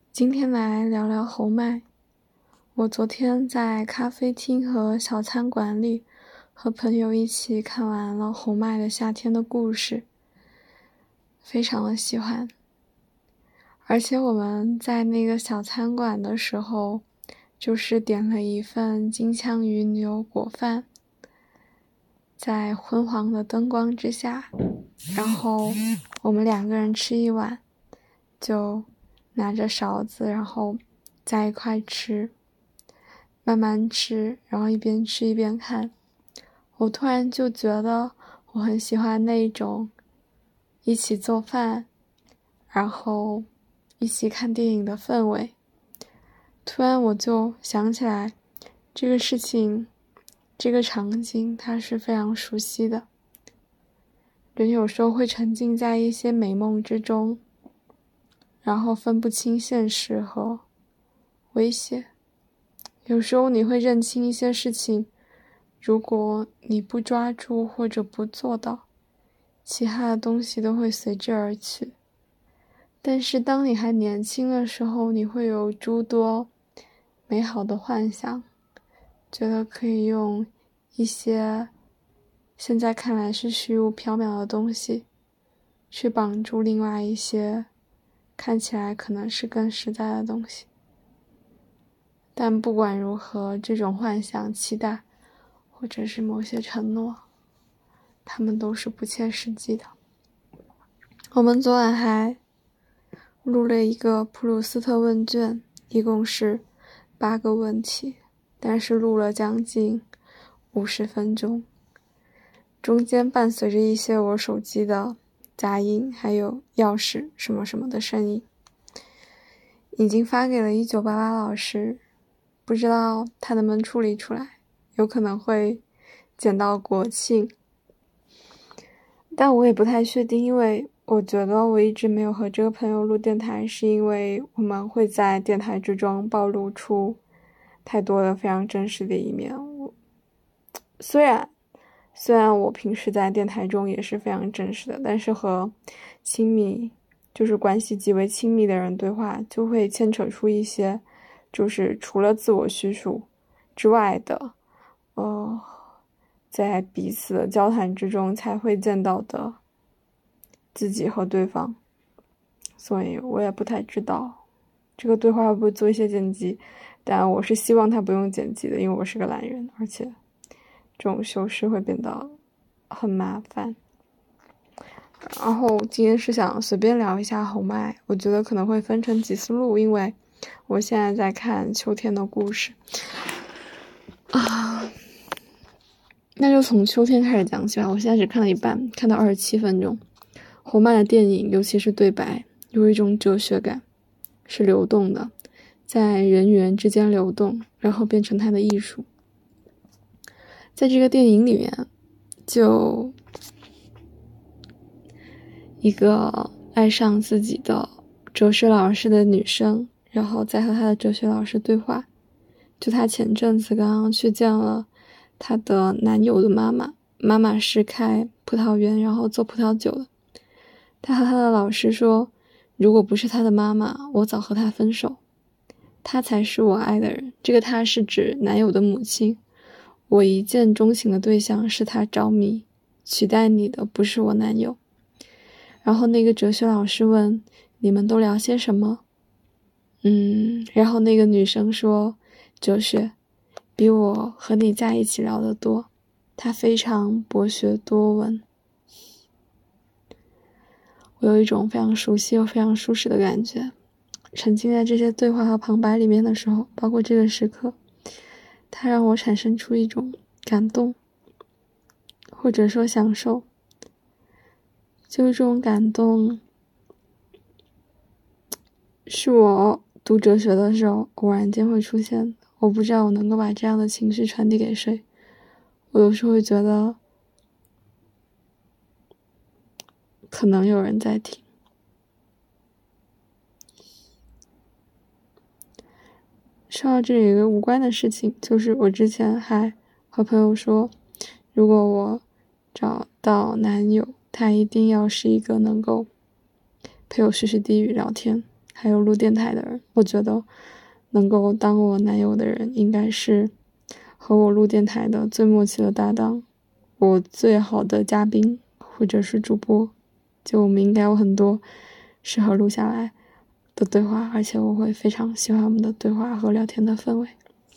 今天来聊聊侯麦。我昨天在咖啡厅和小餐馆里和朋友一起看完了侯麦的《夏天的故事》，非常的喜欢。而且我们在那个小餐馆的时候，就是点了一份金枪鱼牛果饭，在昏黄的灯光之下，然后我们2个人吃一碗，就拿着勺子，然后在一块吃，慢慢吃，然后一边吃一边看。我突然就觉得我很喜欢那种一起做饭，然后一起看电影的氛围。突然我就想起来，这个事情，这个场景它是非常熟悉的。人有时候会沉浸在一些美梦之中，然后分不清现实和威胁。有时候你会认清一些事情，如果你不抓住或者不做到，其他的东西都会随之而去。但是当你还年轻的时候，你会有诸多美好的幻想，觉得可以用一些现在看来是虚无缥缈的东西去绑住另外一些看起来可能是更实在的东西。但不管如何，这种幻想、期待或者是某些承诺，它们都是不切实际的。我们昨晚还录了一个普鲁斯特问卷，一共是8个问题，但是录了将近50分钟，中间伴随着一些我手机的杂音，还有钥匙什么什么的声音。已经发给了1988老师，不知道他能不能处理出来，有可能会剪到国庆，但我也不太确定，因为我觉得我一直没有和这个朋友录电台，是因为我们会在电台之中暴露出太多的非常真实的一面。虽然我平时在电台中也是非常真实的，但是和就是关系极为亲密的人对话，就会牵扯出一些就是除了自我叙述之外的在彼此的交谈之中才会见到的自己和对方。所以我也不太知道这个对话会不会做一些剪辑，但我是希望它不用剪辑的，因为我是个懒人，而且这种修饰会变得很麻烦。然后今天是想随便聊一下侯麦，我觉得可能会分成几次录，因为我现在在看秋天的故事啊，那就从秋天开始讲起吧。我现在只看了一半，看到27分钟。侯麦的电影，尤其是对白，有一种哲学感，是流动的，在人与人之间流动，然后变成他的艺术。在这个电影里面，就一个爱上自己的哲学老师的女生，然后再和她的哲学老师对话。就她前阵子刚刚去见了她的男友的妈妈，妈妈是开葡萄园然后做葡萄酒的。她和她的老师说，如果不是她的妈妈，我早和她分手。她才是我爱的人，这个她是指男友的母亲。我一见钟情的对象是她着迷，取代你的不是我男友。然后那个哲学老师问，你们都聊些什么？然后那个女生说，哲学比我和你在一起聊得多，她非常博学多闻。我有一种非常熟悉又非常舒适的感觉，沉浸在这些对话和旁白里面的时候，包括这个时刻，它让我产生出一种感动，或者说享受。就是这种感动，是我读哲学的时候偶然间会出现的。我不知道我能够把这样的情绪传递给谁。我有时候会觉得，可能有人在听。说到这里有一个无关的事情，就是我之前还和朋友说，如果我找到男友，他一定要是一个能够陪我絮絮低语聊天， 还有录电台的人。我觉得能够当我男友的人应该是和我录电台的最默契的搭档，我最好的嘉宾或者是主播，就我们应该有很多适合录下来的对话，而且我会非常喜欢我们的对话和聊天的氛围。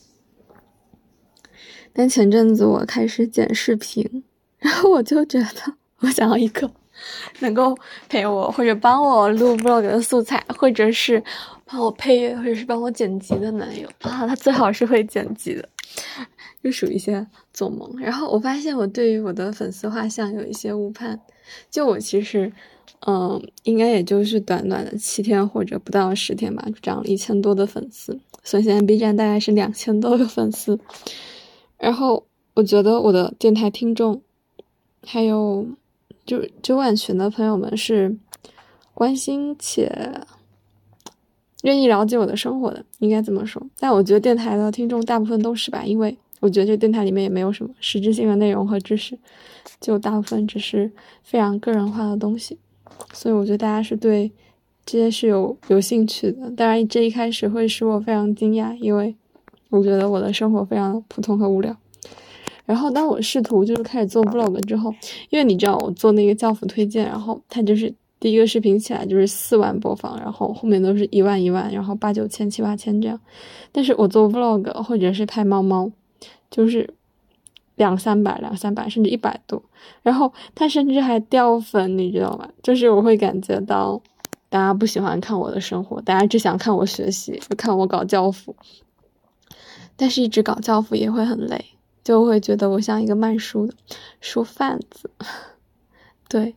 但前阵子我开始剪视频，然后我就觉得我想要一个能够陪我或者帮我录 vlog 的素材，或者是帮我配乐，或者是帮我剪辑的男友啊，他最好是会剪辑的，就属于一些做梦。然后我发现我对于我的粉丝画像有一些误判，就我其实应该也就是短短的7天或者不到10天吧，就涨了1000多的粉丝，所以现在 B 站大概是2000多个粉丝。然后我觉得我的电台听众还有就万群的朋友们是关心且愿意了解我的生活的，应该这么说。但我觉得电台的听众大部分都是吧，因为我觉得这电台里面也没有什么实质性的内容和知识，就大部分只是非常个人化的东西，所以我觉得大家是对这些是有兴趣的。当然这一开始会使我非常惊讶，因为我觉得我的生活非常普通和无聊。然后当我试图就是开始做 vlog 之后，因为你知道我做那个教辅推荐，然后它就是第一个视频起来就是4万播放，然后后面都是1万1万，然后8、9千、7、8千这样。但是我做 vlog 或者是拍猫猫，就是200、300甚至100多，然后它甚至还掉粉，你知道吗？就是我会感觉到大家不喜欢看我的生活，大家只想看我学习，就看我搞教辅。但是一直搞教辅也会很累，就会觉得我像一个卖书的书贩子。对，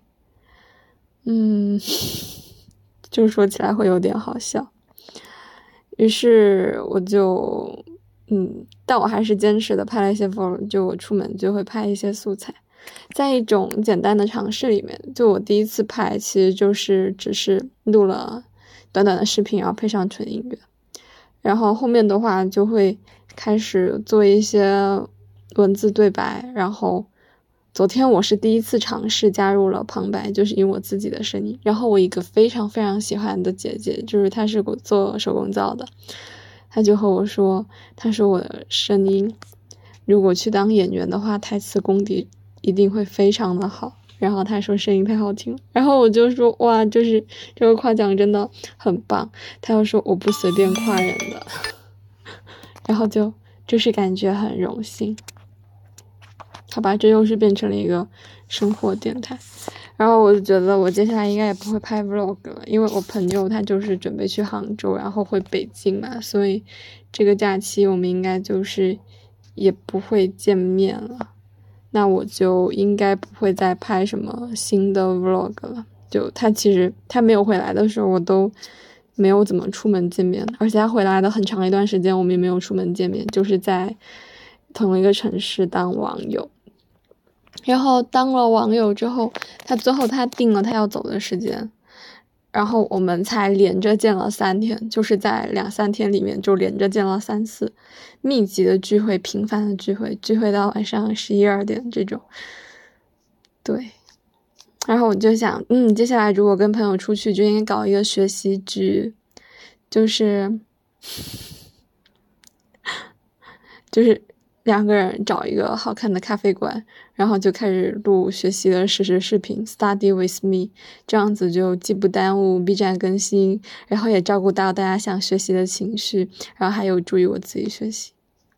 就说起来会有点好笑。于是我就但我还是坚持的拍了一些 vlog， 就我出门就会拍一些素材。在一种简单的尝试里面，就我第一次拍其实就是只是录了短短的视频，然后配上纯音乐，然后后面的话就会开始做一些文字对白。然后昨天我是第一次尝试加入了旁白，就是因为我自己的声音。然后我一个非常非常喜欢的姐姐，就是她是做手工皂的，她就和我说，她说我的声音如果去当演员的话，台词功底一定会非常的好。然后她说声音太好听了，然后我就说哇，就是这个夸奖真的很棒。她又说我不随便夸人的，然后就是感觉很荣幸。好吧，这又是变成了一个生活电台。然后我就觉得我接下来应该也不会拍 vlog 了，因为我朋友他就是准备去杭州，然后回北京嘛，所以这个假期我们应该就是也不会见面了。那我就应该不会再拍什么新的 vlog 了。就他没有回来的时候，我都没有怎么出门见面，而且他回来的很长一段时间我们也没有出门见面，就是在同一个城市当网友。然后当了网友之后，最后他定了他要走的时间，然后我们才连着见了3天，就是在2、3天里面就连着见了3次，密集的聚会，频繁的聚会到晚上11、12点这种。对，然后我就想接下来如果跟朋友出去就应该搞一个学习局，就是2个人找一个好看的咖啡馆，然后就开始录学习的实时视频 Study with me， 这样子就既不耽误 B 站更新，然后也照顾到大家想学习的情绪，然后还有助于我自己学习。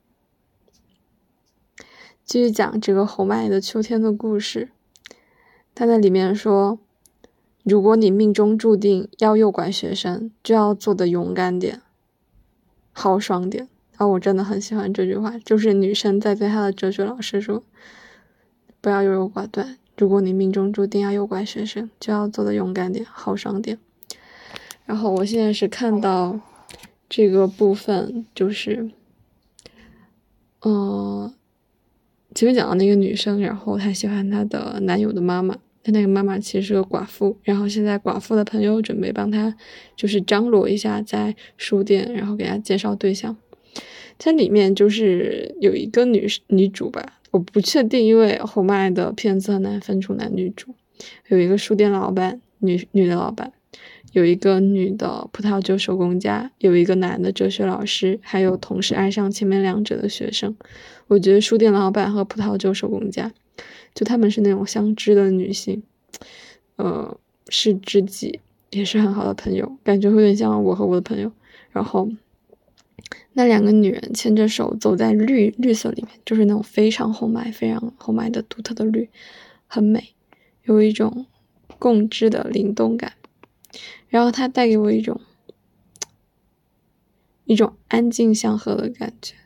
继续讲这个侯麦的秋天的故事。他在里面说，如果你命中注定要诱拐学生，就要做得勇敢点，豪爽点。我真的很喜欢这句话，就是女生在对她的哲学老师说，不要优柔寡断，如果你命中注定要诱拐学生，就要做得勇敢点，豪爽点。然后我现在是看到这个部分，就是前面讲到那个女生，然后她喜欢她的男友的妈妈，她那个妈妈其实是个寡妇，然后现在寡妇的朋友准备帮她就是张罗一下在书店，然后给她介绍对象。它里面就是有一个女主吧，我不确定，因为侯麦的片子很难分出男女主。有一个书店老板，女的老板， 有一个女的葡萄酒手工家，有一个男的哲学老师，还有同时爱上前面两者的学生。我觉得书店老板和葡萄酒手工家，就他们是那种相知的女性，是知己，也是很好的朋友，感觉会有点像我和我的朋友。然后那两个女人牵着手走在绿色里面，就是那种非常红麦的独特的绿，很美，有一种共知的灵动感。然后它带给我一种安静祥和的感觉，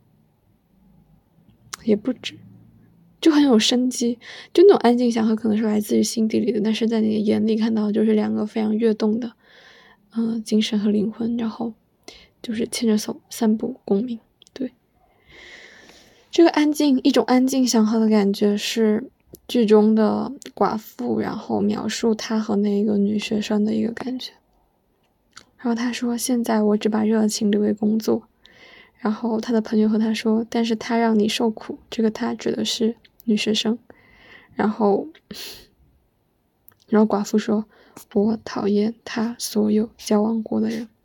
也不止，就很有生机。就那种安静祥和可能是来自于心底里的，但是在你的眼里看到就是两个非常跃动的精神和灵魂，然后就是牵着手散步共鸣。对，这个一种安静祥和的感觉是剧中的寡妇然后描述她和那个女学生的一个感觉。然后他说，现在我只把热情留给工作。然后他的朋友和他说，但是他让你受苦，这个他指的是女学生。然后寡妇说，我讨厌他所有交往过的人。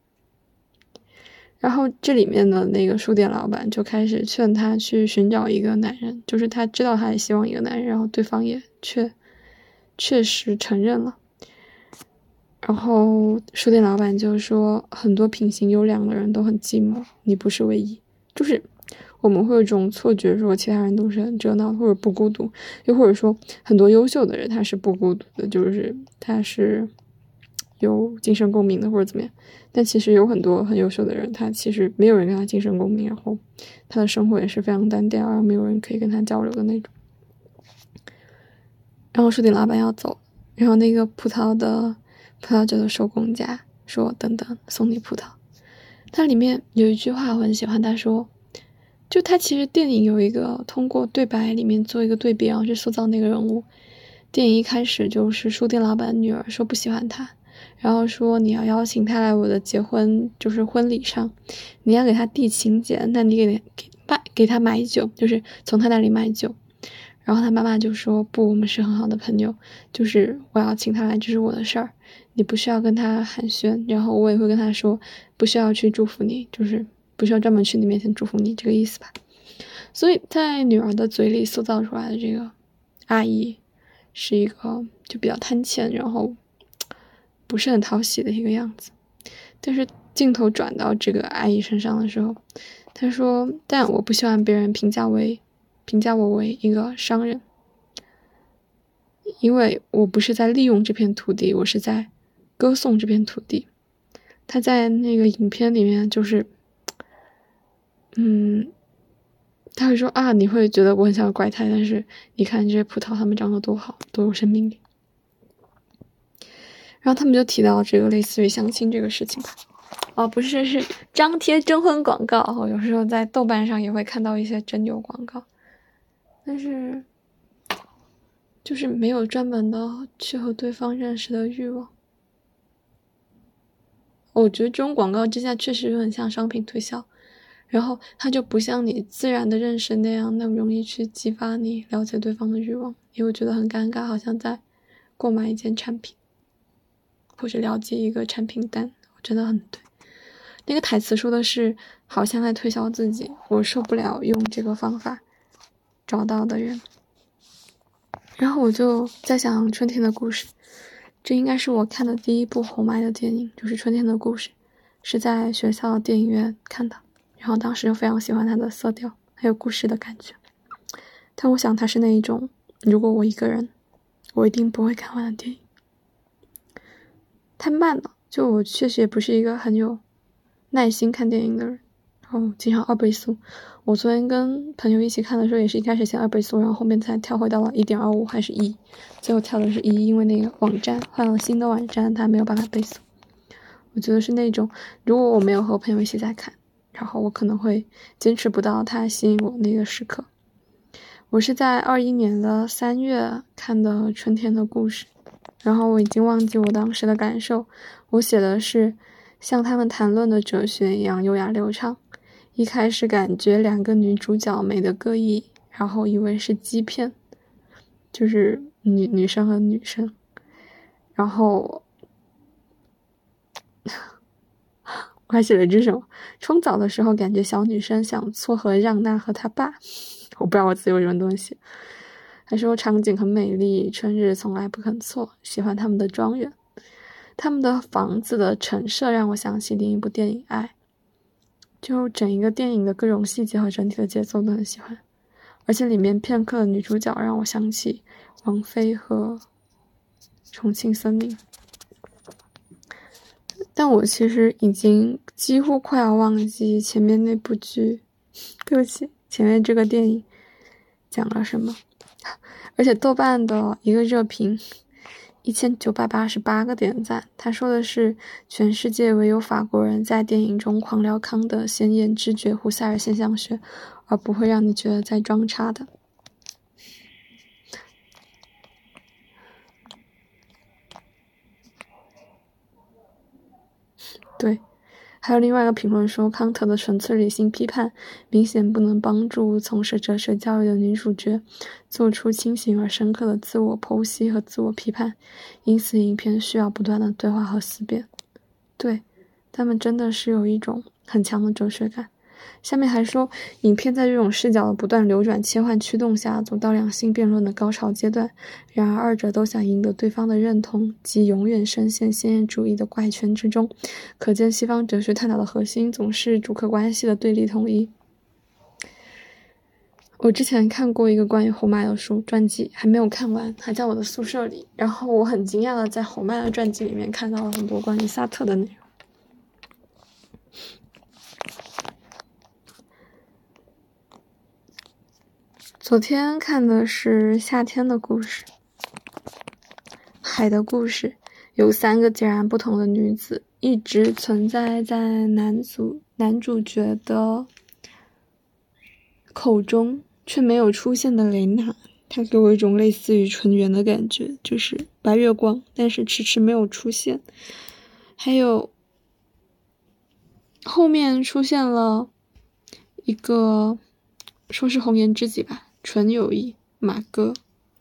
然后这里面的那个书店老板就开始劝他去寻找一个男人，就是他知道他也希望一个男人，然后对方也确实承认了。然后书店老板就说，很多品行优良的人都很寂寞，你不是唯一。就是我们会有这种错觉，说其他人都是很热闹或者不孤独，又或者说很多优秀的人他是不孤独的，就是他是有精神共鸣的或者怎么样。但其实有很多很优秀的人，他其实没有人跟他精神共鸣，然后他的生活也是非常单调，然后没有人可以跟他交流的那种。然后书店老板要走，然后那个葡萄酒的手工家说，等等，送你葡萄。它里面有一句话我很喜欢，他说，就他其实电影有一个通过对白里面做一个对比，然后去塑造那个人物。电影一开始就是书店老板的女儿说不喜欢他，然后说你要邀请他来我的结婚就是婚礼上，你要给他递请柬，那你给他买酒，就是从他那里买酒。然后他妈妈就说，不，我们是很好的朋友，就是我要请他来，这是我的事儿，你不需要跟他寒暄，然后我也会跟他说，不需要去祝福你，就是不需要专门去你面前祝福你，这个意思吧。所以在女儿的嘴里塑造出来的这个阿姨是一个就比较贪钱，然后不是很讨喜的一个样子。但是镜头转到这个阿姨身上的时候，她说，但我不希望别人评价我为一个商人，因为我不是在利用这片土地，我是在歌颂这片土地。他在那个影片里面就是他会说啊，你会觉得我很像个怪胎，但是你看这些葡萄它们长得多好，多有生命力。然后他们就提到这个类似于相亲这个事情吧。不是，是张贴征婚广告。有时候在豆瓣上也会看到一些征友广告，但是就是没有专门的去和对方认识的欲望。我觉得这种广告之下确实很像商品推销，然后它就不像你自然的认识那样那么容易去激发你了解对方的欲望，你会觉得很尴尬，好像在购买一件产品或者了解一个产品单。我真的很对，那个台词说的是好像在推销自己，我受不了用这个方法找到的人。然后我就在想春天的故事，这应该是我看的第一部红麦的电影，就是春天的故事，是在学校电影院看的，然后当时就非常喜欢它的色调还有故事的感觉。但我想它是那一种如果我一个人我一定不会看完的电影，太慢了，就我确实也不是一个很有耐心看电影的人，然后经常2倍速。我昨天跟朋友一起看的时候也是一开始先2倍速，然后后面才跳回到了 1.25 还是1，最后跳的是1，因为那个网站换了新的网站，它没有办法倍速。我觉得是那种如果我没有和朋友一起在看，然后我可能会坚持不到它吸引我那个时刻。我是在21年的3月看的春天的故事，然后我已经忘记我当时的感受。我写的是像他们谈论的哲学一样优雅流畅，一开始感觉2个女主角美得各异，然后以为是基片，就是女生和女生，然后我还写了一句什么，冲澡的时候感觉小女生想撮合让娜和他爸，我不知道我自己有什么东西。还说场景很美丽，春日从来不肯错，喜欢他们的庄园，他们的房子的陈设让我想起另一部电影《爱》，就整一个电影的各种细节和整体的节奏都很喜欢，而且里面片刻的女主角让我想起王菲和重庆森林。但我其实已经几乎快要忘记前面那部剧，对不起，前面这个电影讲了什么。而且豆瓣的一个热评1988个点赞，他说的是全世界唯有法国人在电影中狂聊康的鲜艳知觉胡塞尔现象学，而不会让你觉得在装叉的。对，还有另外一个评论说，康特的纯粹理性批判明显不能帮助从事哲学教育的女主角做出清醒而深刻的自我剖析和自我批判，因此影片需要不断的对话和思辨。对，他们真的是有一种很强的哲学感。下面还说，影片在这种视角的不断流转切换驱动下，走到两性辩论的高潮阶段，然而二者都想赢得对方的认同，即永远深陷先验主义的怪圈之中。可见西方哲学探讨的核心总是主客关系的对立统一。我之前看过一个关于侯麦的书传记，还没有看完，还在我的宿舍里，然后我很惊讶的在侯麦的传记里面看到了很多关于萨特的内容。昨天看的是夏天的故事，海的故事，有3个截然不同的女子一直存在在男主角的口中，却没有出现的雷娜，她给我一种类似于纯元的感觉，就是白月光，但是迟迟没有出现。还有后面出现了一个说是红颜知己吧，纯友谊马哥，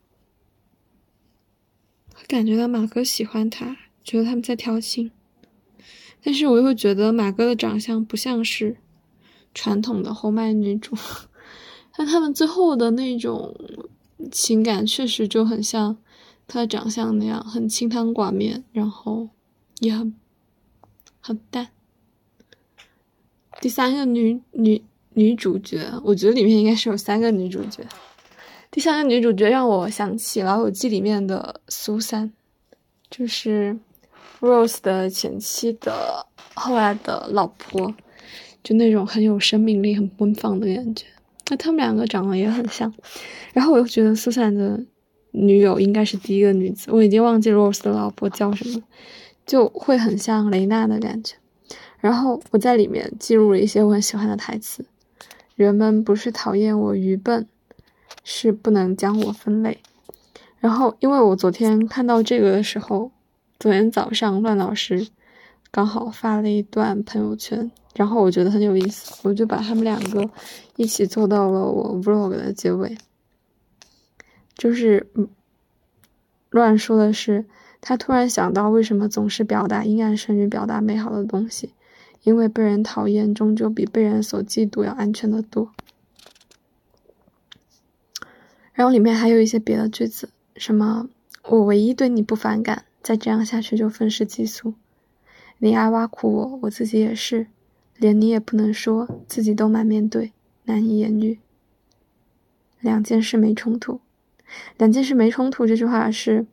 感觉到马哥喜欢他，觉得他们在调情，但是我又会觉得马哥的长相不像是传统的侯麦女主，但他们最后的那种情感确实就很像他的长相那样，很清汤寡面，然后也很淡。第3个女主角，我觉得里面应该是有3个女主角。第3个女主角让我想起《老友记》里面的苏珊，就是 Rose 的前妻的后来的老婆，就那种很有生命力、很奔放的感觉。那他们2个长得也很像，然后我又觉得苏珊的女友应该是第1个女子，我已经忘记 Rose 的老婆叫什么，就会很像雷娜的感觉。然后我在里面记录了一些我很喜欢的台词，人们不是讨厌我愚笨，是不能将我分类。然后因为我昨天看到这个的时候，昨天早上乱老师刚好发了一段朋友圈，然后我觉得很有意思，我就把他们2个一起做到了我 vlog 的结尾。就是乱说的是，他突然想到为什么总是表达阴暗胜于表达美好的东西，因为被人讨厌终究比被人所嫉妒要安全得多。然后里面还有一些别的句子，什么我唯一对你不反感，再这样下去就愤世嫉俗，你爱挖苦我，我自己也是，连你也不能说，自己都满面对，难以言喻。2件事没冲突，2件事没冲突这句话是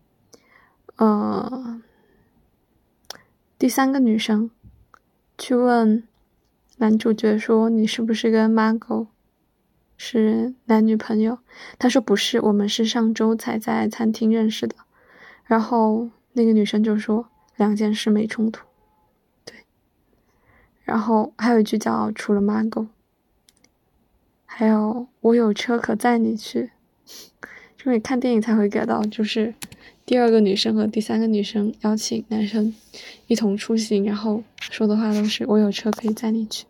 第3个女生去问男主角说，你是不是跟 Margot 是男女朋友？他说不是，我们是上周才在餐厅认识的。然后那个女生就说2件事没冲突。对，然后还有一句叫除了 Margot， 还有我有车可载你去。就你看电影才会get到，就是第2个女生和第3个女生邀请男生一同出行，然后说的话都是我有车可以载你去。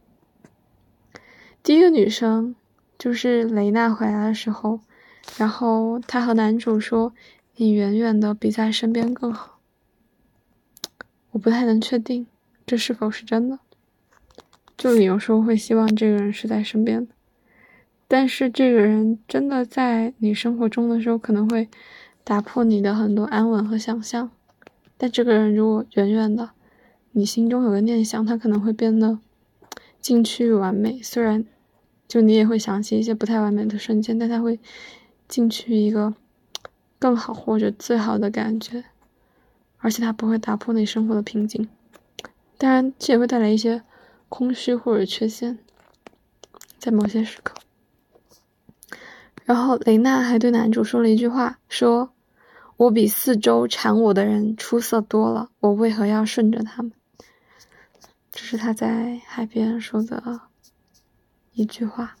第1个女生就是雷娜回来的时候，然后她和男主说，你远远的比在身边更好。 我不太能确定这是否是真的。就你有时候会希望这个人是在身边的，但是这个人真的在你生活中的时候可能会打破你的很多安稳和想象。但这个人如果远远的，你心中有个念想，他可能会变得近趋于完美，虽然就你也会想起一些不太完美的瞬间，但他会近趋于一个更好或者最好的感觉，而且他不会打破你生活的平静。当然这也会带来一些空虚或者缺陷，在某些时刻。然后雷娜还对男主说了一句话，说我比四周缠我的人出色多了，我为何要顺着他们？这是他在海边说的一句话。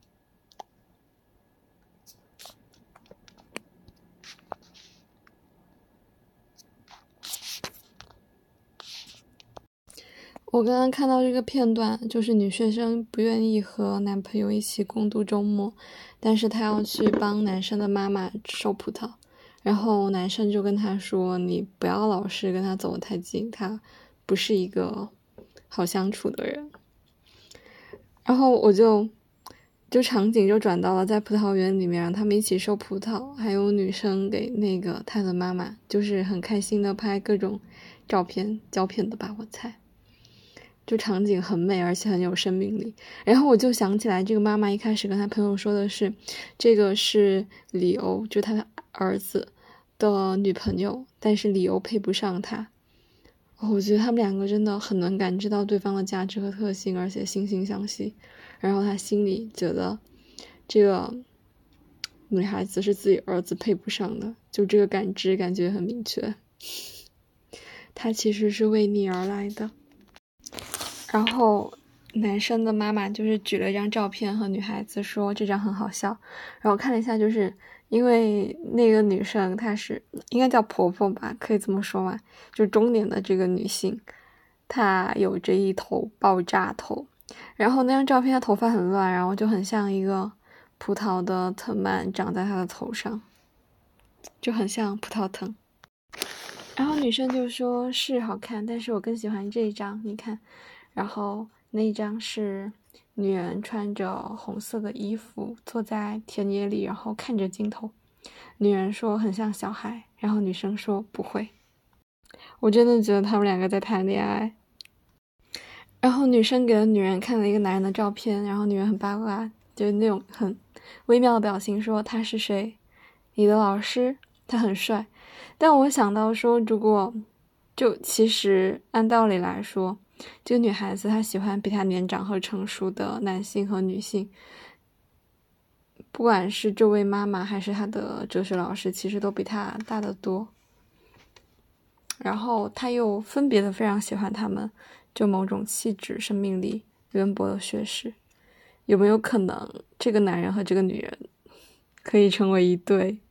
我刚刚看到这个片段，就是女学生不愿意和男朋友一起共度周末，但是她要去帮男生的妈妈收葡萄，然后男生就跟她说，你不要老是跟他走得太近，他不是一个好相处的人。然后我就场景就转到了在葡萄园里面，让他们一起收葡萄，还有女生给那个她的妈妈就是很开心的拍各种照片，胶片的吧，我猜。就场景很美，而且很有生命力。然后我就想起来，这个妈妈一开始跟她朋友说的是，这个是李欧，就他儿子的女朋友，但是李欧配不上她。我觉得他们两个真的很能感知到对方的价值和特性，而且惺惺相惜。然后他心里觉得这个女孩子是自己儿子配不上的，就这个感知感觉很明确。他其实是为你而来的。然后男生的妈妈就是举了一张照片和女孩子说这张很好笑，然后看了一下，就是因为那个女生她是应该叫婆婆吧，可以这么说嘛，就中年的这个女性，她有着一头爆炸头，然后那张照片她头发很乱，然后就很像一个葡萄的藤蔓长在她的头上，就很像葡萄藤。然后女生就说是好看，但是我更喜欢这一张，你看。然后那一张是女人穿着红色的衣服坐在田野里，然后看着镜头。女人说很像小孩，然后女生说不会。我真的觉得他们两个在谈恋爱。然后女生给了女人看了一个男人的照片，然后女人很八卦，就是那种很微妙的表情，说他是谁？你的老师？他很帅。但我想到说，如果就其实按道理来说，这个女孩子她喜欢比她年长和成熟的男性和女性，不管是这位妈妈还是她的哲学老师，其实都比她大得多。然后她又分别的非常喜欢他们，就某种气质、生命力、渊博的学识。有没有可能这个男人和这个女人可以成为一对？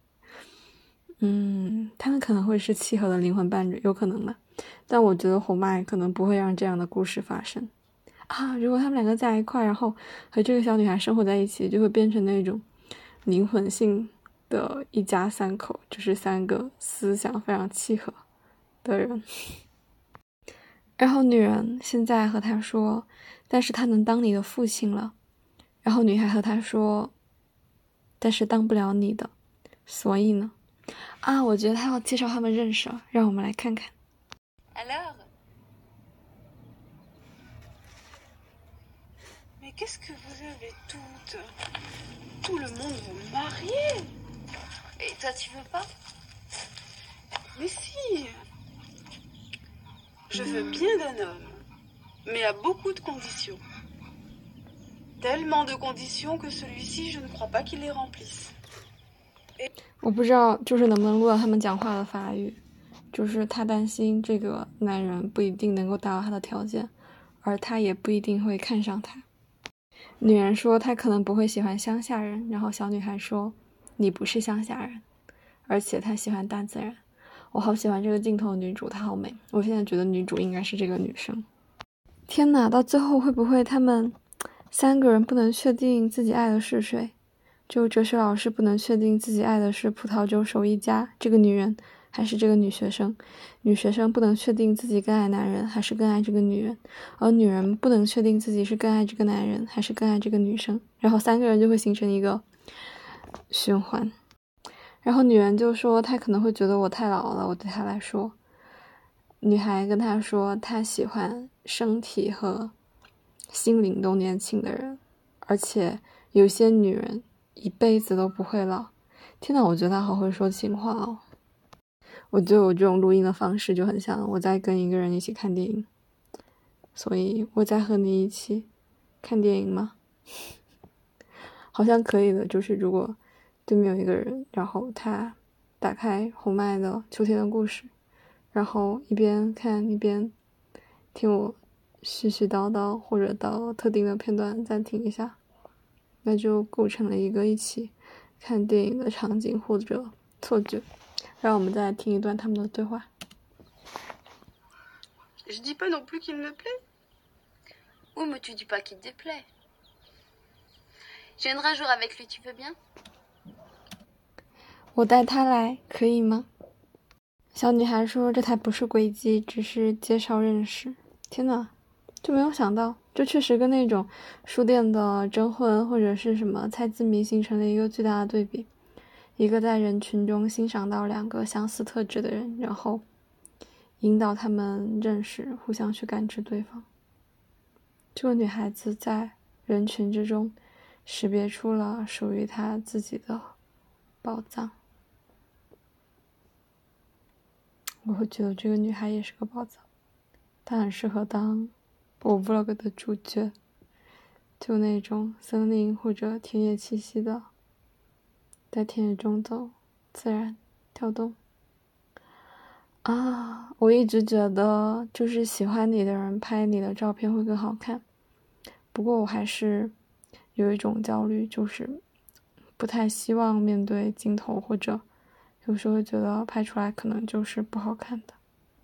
他们可能会是契合的灵魂伴侣，有可能吧。但我觉得红麦可能不会让这样的故事发生啊！如果他们两个在一块，然后和这个小女孩生活在一起，就会变成那种灵魂性的一家三口，就是三个思想非常契合的人。然后女人现在和他说，但是他能当你的父亲了。然后女孩和他说，但是当不了你的，所以呢？啊，我觉得他要介绍他们认识了，让我们来看看。 Alors, mais qu'est-ce que vous avez toutes? Tout le monde veut me marier. Et toi, tu veux pas? Mais si. Je veux bien d'un homme, mais à beaucoup de conditions. Tellement de conditions que celui-ci, je ne crois pas qu'il les remplisse. 我不知道就是能不能录到他们讲话的法语，就是他担心这个男人不一定能够达到他的条件，而他也不一定会看上他。女人说她可能不会喜欢乡下人，然后小女孩说你不是乡下人，而且她喜欢大自然。我好喜欢这个镜头的女主，她好美。我现在觉得女主应该是这个女生。天哪，到最后会不会他们三个人不能确定自己爱的是谁？就哲学老师不能确定自己爱的是葡萄酒手艺家这个女人， 还是这个女学生？女学生不能确定自己更爱男人还是更爱这个女人，而女人不能确定自己是更爱这个男人还是更爱这个女生，然后3个人就会形成一个循环。然后女人就说她可能会觉得我太老了，我对她来说。女孩跟她说她喜欢身体和心灵都年轻的人，而且有些女人一辈子都不会老。天哪，我觉得她好会说情话哦。我觉得我这种录音的方式就很像我在跟一个人一起看电影，所以我在和你一起看电影吗？好像可以的，就是如果对面有一个人，然后他打开红麦的《秋天的故事》，然后一边看一边听我絮絮叨叨，或者到特定的片段暂停一下，那就构成了一个一起看电影的场景或者错觉。让我们再来听一段他们的对话。 Je dis pas non plus qu'il me plaît. Oui, mais tu dis pas qu'il te déplaît. Je viendrai un jour avec lui, tu veux bien? 我带他来可以吗？小女孩说这才不是轨迹，只是介绍认识。天哪，就没有想到，这确实跟那种书店的征婚或者是什么猜字谜形成了一个巨大的对比。一个在人群中欣赏到2个相似特质的人，然后引导他们认识，互相去感知对方。这个女孩子在人群之中识别出了属于她自己的宝藏。我会觉得这个女孩也是个宝藏，她很适合当我 vlog 的主角，就那种森林或者田野气息的，在田野中走，自然跳动。啊，我一直觉得就是喜欢你的人拍你的照片会更好看，不过我还是有一种焦虑，就是不太希望面对镜头，或者有时候会觉得拍出来可能就是不好看的。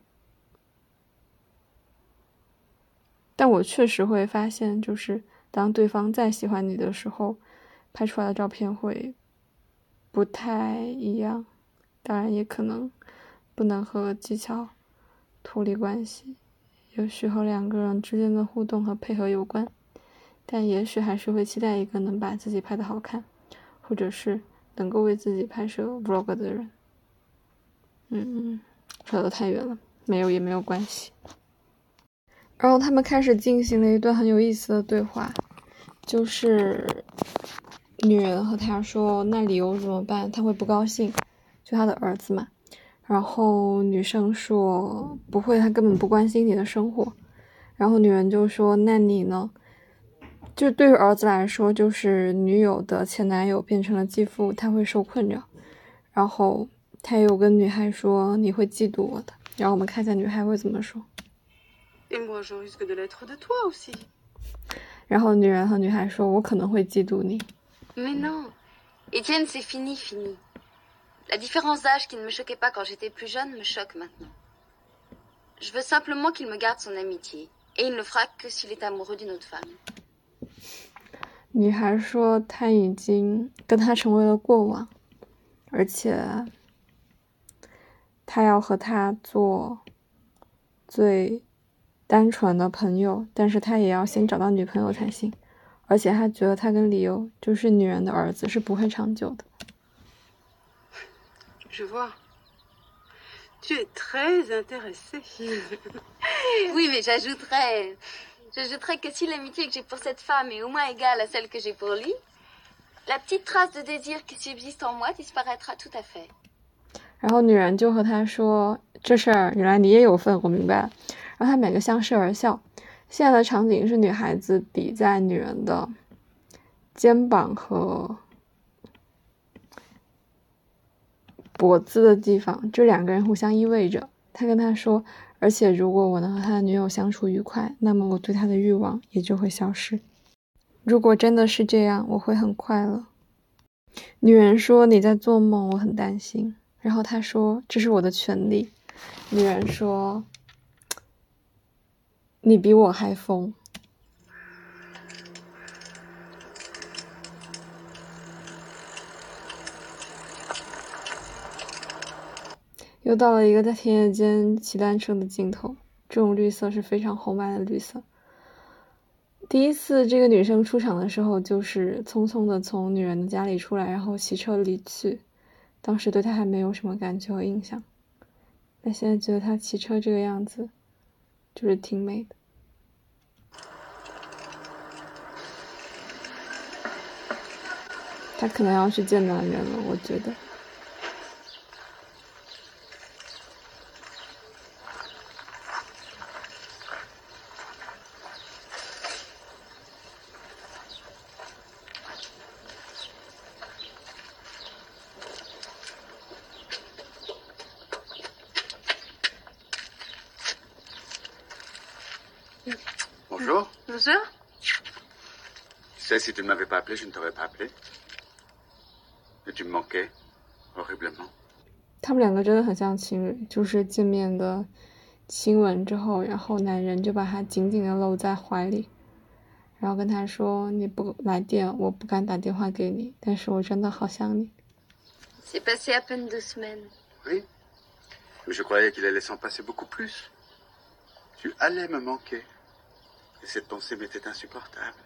但我确实会发现，就是当对方再喜欢你的时候，拍出来的照片会不太一样。当然也可能不能和技巧脱离关系，也许和2个人之间的互动和配合有关，但也许还是会期待一个能把自己拍得好看，或者是能够为自己拍摄 vlog 的人。扯得太远了，没有也没有关系。然后他们开始进行了一段很有意思的对话，就是女人和他说那理由怎么办，他会不高兴，就他的儿子嘛。然后女生说不会，他根本不关心你的生活。然后女人就说那你呢？就对于儿子来说，就是女友的前男友变成了继父，他会受困扰。然后他又跟女孩说你会嫉妒我的。然后我们看一下女孩会怎么说。 Et moi, je risque de l'être de toi aussi. 然后女人和女孩说我可能会嫉妒你。 Mais non. Étienne, c'est fini. La différence d'âge qui ne me choquait pas quand j'étais plus jeune me choque maintenant. Je veux simplement qu'il me garde son amitié. Et il ne le fera que s'il est amoureux d'une autre femme. 女孩说他已经跟他成为了过往，而且他要和他做最单纯的朋友，但是他也要先找到女朋友才行。而且他觉得他跟理由就是女人的儿子是不会长久的。 Je vois. Tu es très intéressée. Oui, mais j'ajouterais que si l'amitié que j'ai pour cette femme est au moins égale à celle que j'ai pour lui, la petite trace de désir qui subsiste en moi disparaîtra tout à fait. 然后女人就和他说这事儿原来你也有份，我明白了。然后他们2个相视而笑。现在的场景是女孩子抵在女人的肩膀和脖子的地方，这2个人互相依偎着。他跟他说，而且如果我能和他的女友相处愉快，那么我对他的欲望也就会消失。如果真的是这样，我会很快乐。女人说你在做梦，我很担心。然后他说这是我的权利。女人说你比我还疯。 又到了一个在田野间骑单车的镜头，这种绿色是非常红麦的绿色。第一次这个女生出场的时候，就是匆匆的从女人的家里出来，然后骑车离去。当时对她还没有什么感觉和印象，但现在觉得她骑车这个样子，就是挺美的。她可能要去见男人了，我觉得。 Bonjour. Bonjour. Tu sais, si tu ne m'avais pas appelé, je ne t'aurais pas appelé. Et tu me manquais horriblement. 他们两个真的很像情侣，就是见面的亲吻之后，然后男人就把她紧紧的搂在怀里，然后跟她说：“你不来电，我不敢打电话给你，但是我真的好想你。” C'est passé à peine 2 semaines. Oui. Mais je croyais qu'il allait s'en passer beaucoup plus. Tu allais me manquer. Et cette pensée m'était insupportable.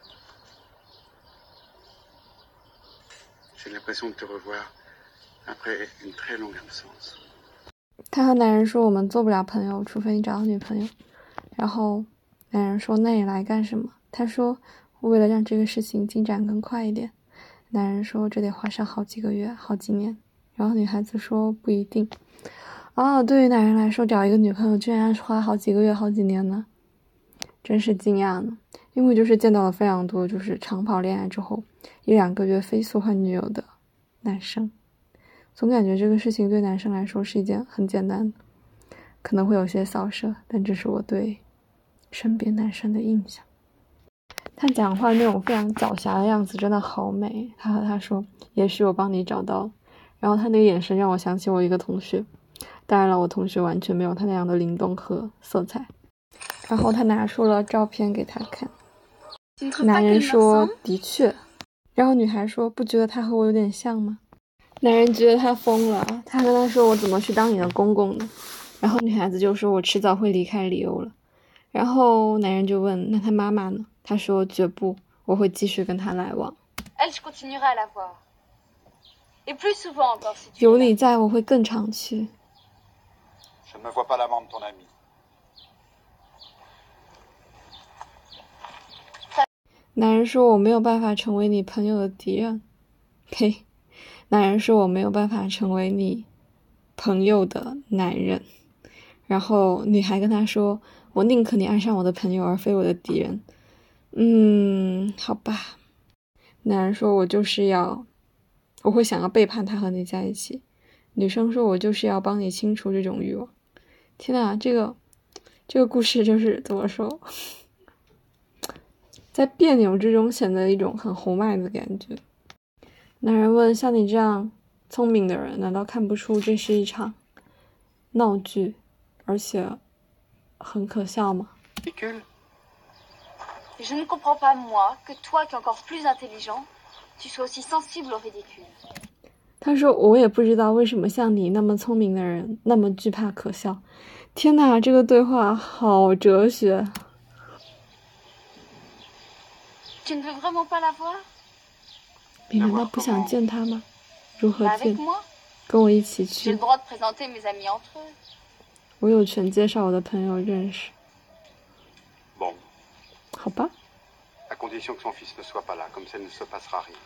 J'ai l'impression de te revoir après une très longue absence. 他和男人说：“我们做不了朋友，除非你找到女朋友。”然后男人说：“那你来干什么？”他说：“为了让这个事情进展更快一点。”男人说：“这得花上好几个月，好几年。”然后女孩子说：“不一定。”对于男人来说，找一个女朋友居然花好几个月、好几年呢，真是惊讶呢。因为就是见到了非常多就是长跑恋爱之后1-2个月飞速换女友的男生，总感觉这个事情对男生来说是一件很简单的，可能会有些扫射，但这是我对身边男生的印象。他讲话那种非常狡黠的样子真的好美。他和他说：“也许我帮你找到了。”然后他那个眼神让我想起我一个同学，当然了，我同学完全没有他那样的灵动和色彩。然后他拿出了照片给他看，男人说：“的确。”然后女孩说：“不觉得他和我有点像吗？”男人觉得他疯了，他跟他说：“我怎么去当你的公公呢？”然后女孩子就说：“我迟早会离开里欧了。”然后男人就问：“那他妈妈呢？”他说：“绝不，我会继续跟他来往。” Elle, je continuerai à la voir. Et plus souvent encore si tu 有你在，我会更常去。 Je ne me vois pas l'amant de ton ami. 男人说：“我没有办法成为你朋友的敌人。”呸！男人说：“我没有办法成为你朋友的男人。”然后女孩跟他说：“我宁可你爱上我的朋友，而非我的敌人。”好吧。男人说：“我会想要背叛他和你在一起。”女生说：“我就是要帮你清除这种欲望。”天哪，这个故事就是怎么说，在别扭之中显得一种很红麦的感觉。男人问：“像你这样聪明的人，难道看不出这是一场闹剧，而且很可笑吗？” Je ne comprends pas, moi, que toi qui es encore plus intelligent, tu sois aussi sensible au ridicule. 他说：“我也不知道为什么像你那么聪明的人那么惧怕可笑。”天哪，这个对话好哲学。 Tu ne veux vraiment pas la voir? 你难道不想见他吗？如何 Avec 见？ moi? 跟我一起 J'ai 去 le。droit de présenter mes amis entre eux. 我有权介绍我的朋友认识。 Bon, 好吧。 à condition que son fils ne soit pas là, comme ça ne se passera rien.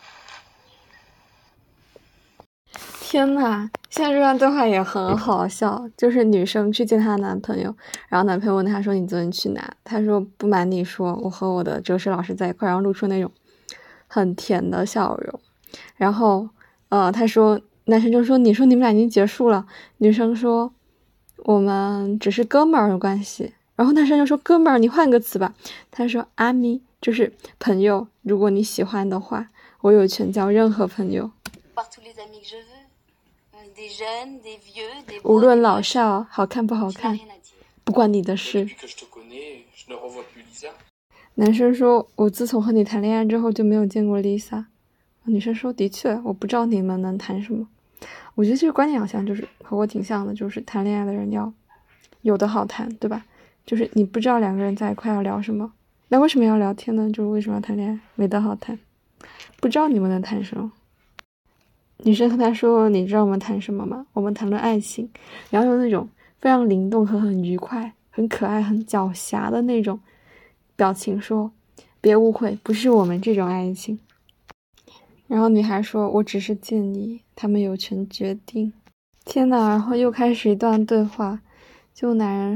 天哪，现在这段对话也很好笑，就是女生去见她的男朋友，然后男朋友问她说：“你昨天去哪？”她说：“不瞒你说，我和我的哲学老师在一块。”然后露出那种很甜的笑容。然后她说，男生就说：“你说你们俩已经结束了。”女生说：“我们只是哥们儿的关系。”然后男生就说：“哥们儿，你换个词吧。”他说：“阿咪，就是朋友，如果你喜欢的话，我有权交任何朋友。” Par tous les amis que je veux. Des jeunes, des vieux, des 无 beaux, 论 des 老 moches. 少，好看不好 Tu n'as 看， rien à dire. 不关你的 Mais 事。 depuis que je te connais, je ne revois plus Lisa. 男生说：“我自从和你谈恋爱之后就没有见过 Lisa。”女生说：“的确，我不知道你们能谈什么。” 我觉得这个观点好像就是和我挺像的，就是谈恋爱的人要有的好谈，对吧？就是你不知道两个人在一块要聊什么，那为什么要聊天呢？就是为什么要谈恋爱？没得好谈，不知道你们能谈什么。女生和他说：“你知道我们谈什么吗？我们谈论爱情，然后用那种非常灵动和很愉快、很可爱、很狡黠的那种表情说，别误会，不是我们这种爱情。”然后女孩说：“我只是建议，他们有权决定。”天哪！然后又开始一段对话，就男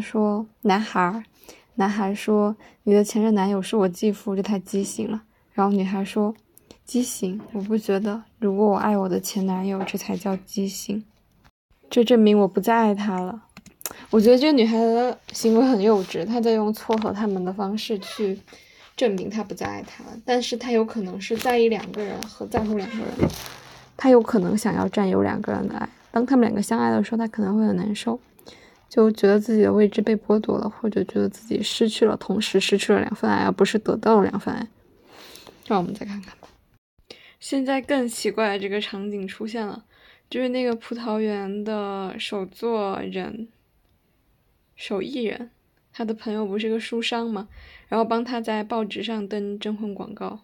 孩说：“你的前任男友是我继父，这太畸形了。”然后女孩说：“畸形？我不觉得。如果我爱我的前男友，这才叫畸形。这证明我不再爱他了。”我觉得这个女孩的行为很幼稚，她在用撮合他们的方式去证明她不再爱他了，但是她有可能是在意两个人和在乎两个人，她有可能想要占有两个人的爱。当他们两个相爱的时候，她可能会很难受，就觉得自己的位置被剥夺了，或者觉得自己失去了，同时失去了两份爱，而不是得到了两份爱。让我们再看看吧。现在更奇怪的这个场景出现了，就是那个葡萄园的手艺人，他的朋友不是个书商嘛，然后帮他在报纸上登征婚广告，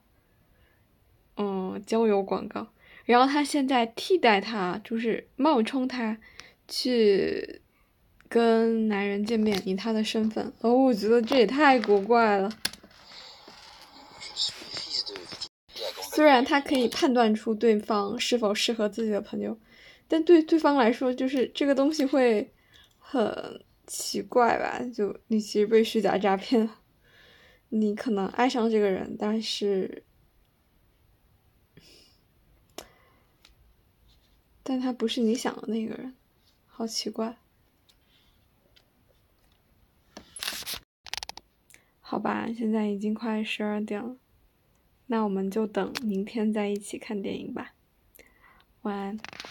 交友广告，然后他现在替代他，就是冒充他去跟男人见面，以他的身份。我觉得这也太古怪了。虽然他可以判断出对方是否适合自己的朋友，但对对方来说，就是这个东西会很奇怪吧？就你其实被虚假诈骗，你可能爱上这个人，但他不是你想的那个人，好奇怪。好吧，现在已经快12点了，那我们就等明天再一起看电影吧。晚安。